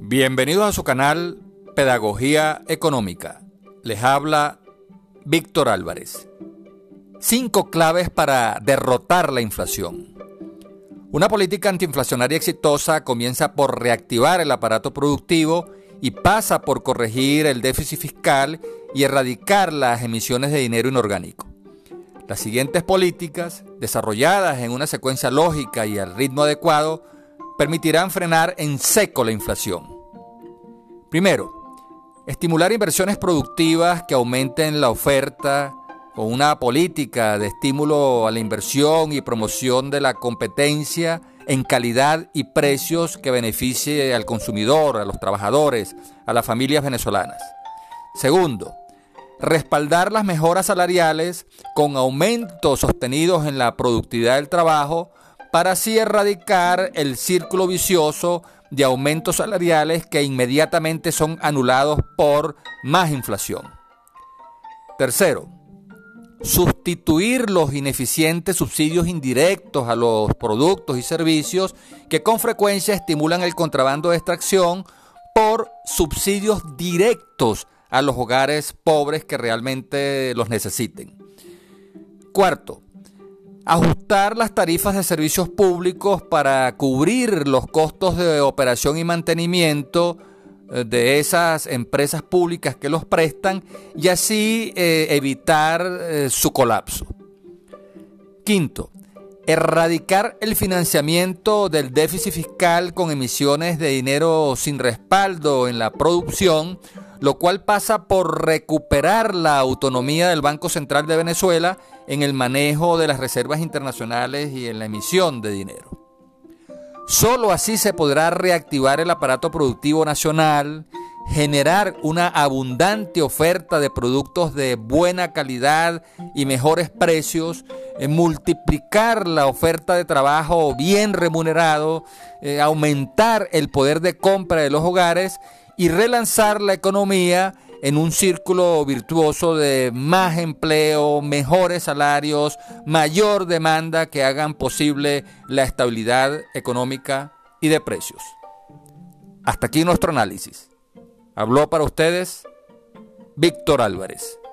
Bienvenidos a su canal Pedagogía Económica. Les habla Víctor Álvarez. 5 claves para derrotar la inflación. Una política antiinflacionaria exitosa comienza por reactivar el aparato productivo y pasa por corregir el déficit fiscal y erradicar las emisiones de dinero inorgánico. Las siguientes políticas, desarrolladas en una secuencia lógica y al ritmo adecuado, permitirán frenar en seco la inflación. Primero, estimular inversiones productivas que aumenten la oferta con una política de estímulo a la inversión y promoción de la competencia en calidad y precios que beneficie al consumidor, a los trabajadores, a las familias venezolanas. Segundo, respaldar las mejoras salariales con aumentos sostenidos en la productividad del trabajo para así erradicar el círculo vicioso de aumentos salariales que inmediatamente son anulados por más inflación. Tercero, sustituir los ineficientes subsidios indirectos a los productos y servicios que con frecuencia estimulan el contrabando de extracción por subsidios directos a los hogares pobres que realmente los necesiten. Cuarto, ajustar las tarifas de servicios públicos para cubrir los costos de operación y mantenimiento de esas empresas públicas que los prestan y así evitar su colapso. Quinto, erradicar el financiamiento del déficit fiscal con emisiones de dinero sin respaldo en la producción, lo cual pasa por recuperar la autonomía del Banco Central de Venezuela en el manejo de las reservas internacionales y en la emisión de dinero. Solo así se podrá reactivar el aparato productivo nacional, generar una abundante oferta de productos de buena calidad y mejores precios, multiplicar la oferta de trabajo bien remunerado, aumentar el poder de compra de los hogares y relanzar la economía en un círculo virtuoso de más empleo, mejores salarios, mayor demanda que hagan posible la estabilidad económica y de precios. Hasta aquí nuestro análisis. Habló para ustedes Víctor Álvarez.